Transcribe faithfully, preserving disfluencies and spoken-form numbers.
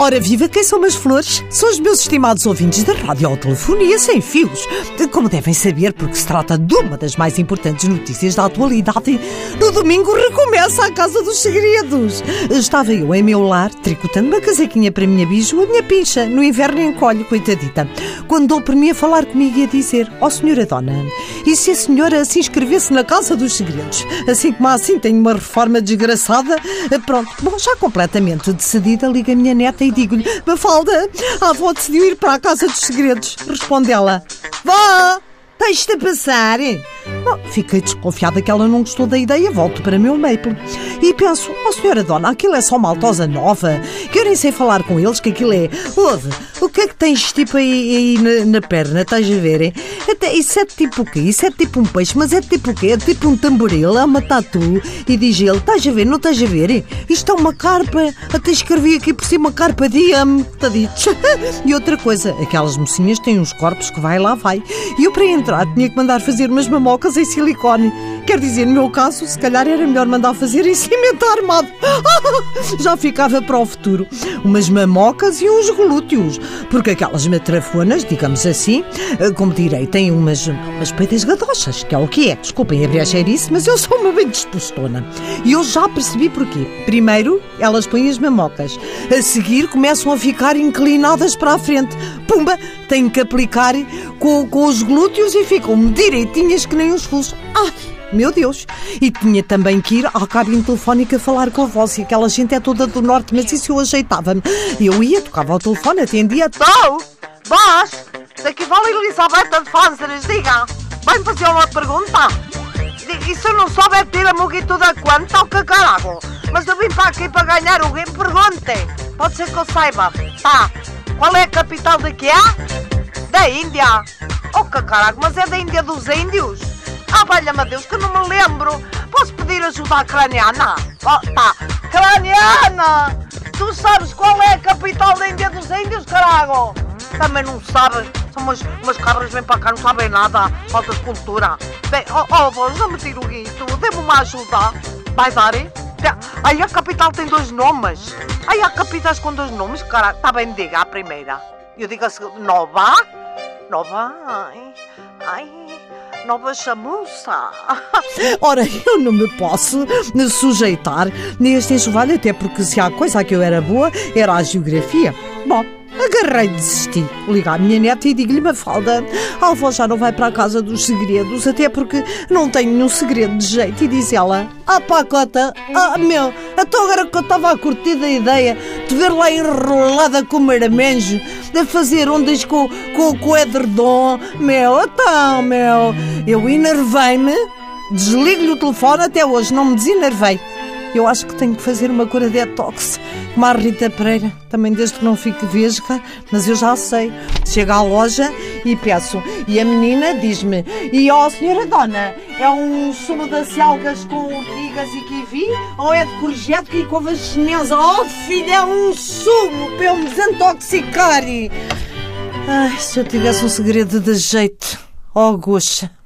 Ora viva, quem são as flores? São os meus estimados ouvintes da radiotelefonia sem fios. Como devem saber, porque se trata de uma das mais importantes notícias da atualidade, no domingo recomeça a Casa dos Segredos. Estava eu em meu lar, tricotando uma casaquinha para a minha biju, a minha pincha. No inverno encolho, coitadita. Quando dou por mim a falar comigo e a dizer: ó, senhora dona, e se a senhora se inscrevesse na Casa dos Segredos? Assim como assim tenho uma reforma desgraçada. Pronto, bom, já completamente decidida, liga a minha neta e digo-lhe: Mafalda, a avó decidiu ir para a Casa dos Segredos. Responde ela: vá, deixa-te passar. Bom, fiquei desconfiada que ela não gostou da ideia. Volto para meu Maple e penso: ó, senhora dona, aquilo é só maltosa nova, que eu nem sei falar com eles, que aquilo é... Ouve, o que é que tens tipo aí, aí na, na perna, estás a ver, hein? Até, isso é tipo o quê? Isso é tipo um peixe, mas é tipo o quê? É tipo um tamboril, é uma tatu. E diz ele: estás a ver, não estás a ver, hein? Isto é uma carpa, até escrevi aqui por cima carpa diem, está dito. E outra coisa, aquelas mocinhas têm uns corpos que vai lá vai. E eu para entrar tinha que mandar fazer umas mamocas em silicone. Quer dizer, no meu caso, se calhar era melhor mandar fazer em cimento armado. Já ficava para o futuro. Umas mamocas e uns glúteos. Porque aquelas matrafonas, digamos assim, como direi, têm umas, umas peitas gadochas, que é o que é. Desculpem a brecheirice, mas eu sou uma bem dispostona. E eu já percebi porquê. Primeiro, elas põem as mamocas. A seguir, começam a ficar inclinadas para a frente. Pumba! Tenho que aplicar com, com os glúteos e ficam direitinhas que nem os fulos. Ai, meu Deus! E tinha também que ir à cabine telefónica falar com a voz. E aquela gente é toda do norte, mas isso eu ajeitava-me. Eu ia, tocava ao telefone, atendia. Estou! Vós! Daqui fala Elizabeth de Fánceres, diga! Vai-me fazer uma pergunta? E se eu não souber ter a muguito da quanto, o que carago? Mas eu vim para aqui para ganhar o game, perguntem! Pode ser que eu saiba. Tá! Qual é a capital de que é? Da Índia! Oh, que carago, mas é da Índia dos Índios? Ah, valha-me Deus, que não me lembro! Posso pedir ajuda à craniana? Oh, tá! Craniana! Tu sabes qual é a capital da Índia dos Índios, carago? Também não sabe? São umas, umas cabras que vêm para cá, não sabem nada. Falta de cultura. Bem, oh, oh avós, não me tiro o guito. Dê-me uma ajuda. Vai dar, hein? Ai, a capital tem dois nomes. Ai, há capitais com dois nomes, cara. Tá bem, diga a primeira. Eu digo a segunda. Nova? Nova? Ai, ai, Nova Chamuça. Ora, eu não me posso sujeitar neste enxovalho, até porque se há coisa a que eu era boa, era a geografia. Bom, agarrei e desisti. Ligo à minha neta e digo-lhe: Mafalda, a avó já não vai para a Casa dos Segredos, até porque não tenho nenhum segredo de jeito. E diz ela: ah, pacota, ah, meu, até agora que eu estava a curtir da ideia de ver lá enrolada com o maramenjo, de fazer ondas com, com, com o edredom, meu, então, meu, eu enervei-me, desligo-lhe o telefone, até hoje não me desenervei. Eu acho que tenho que fazer uma cura detox, como a Rita Pereira, também desde que não fique vesga, mas eu já sei. Chego à loja e peço, e a menina diz-me: e ó, senhora dona, é um sumo de algas com ortigas e kiwi, ou é de courgette e couve chinesa? Oh, filha, é um sumo para eu me desintoxicar. Ai, se eu tivesse um segredo de jeito, oh, goxa.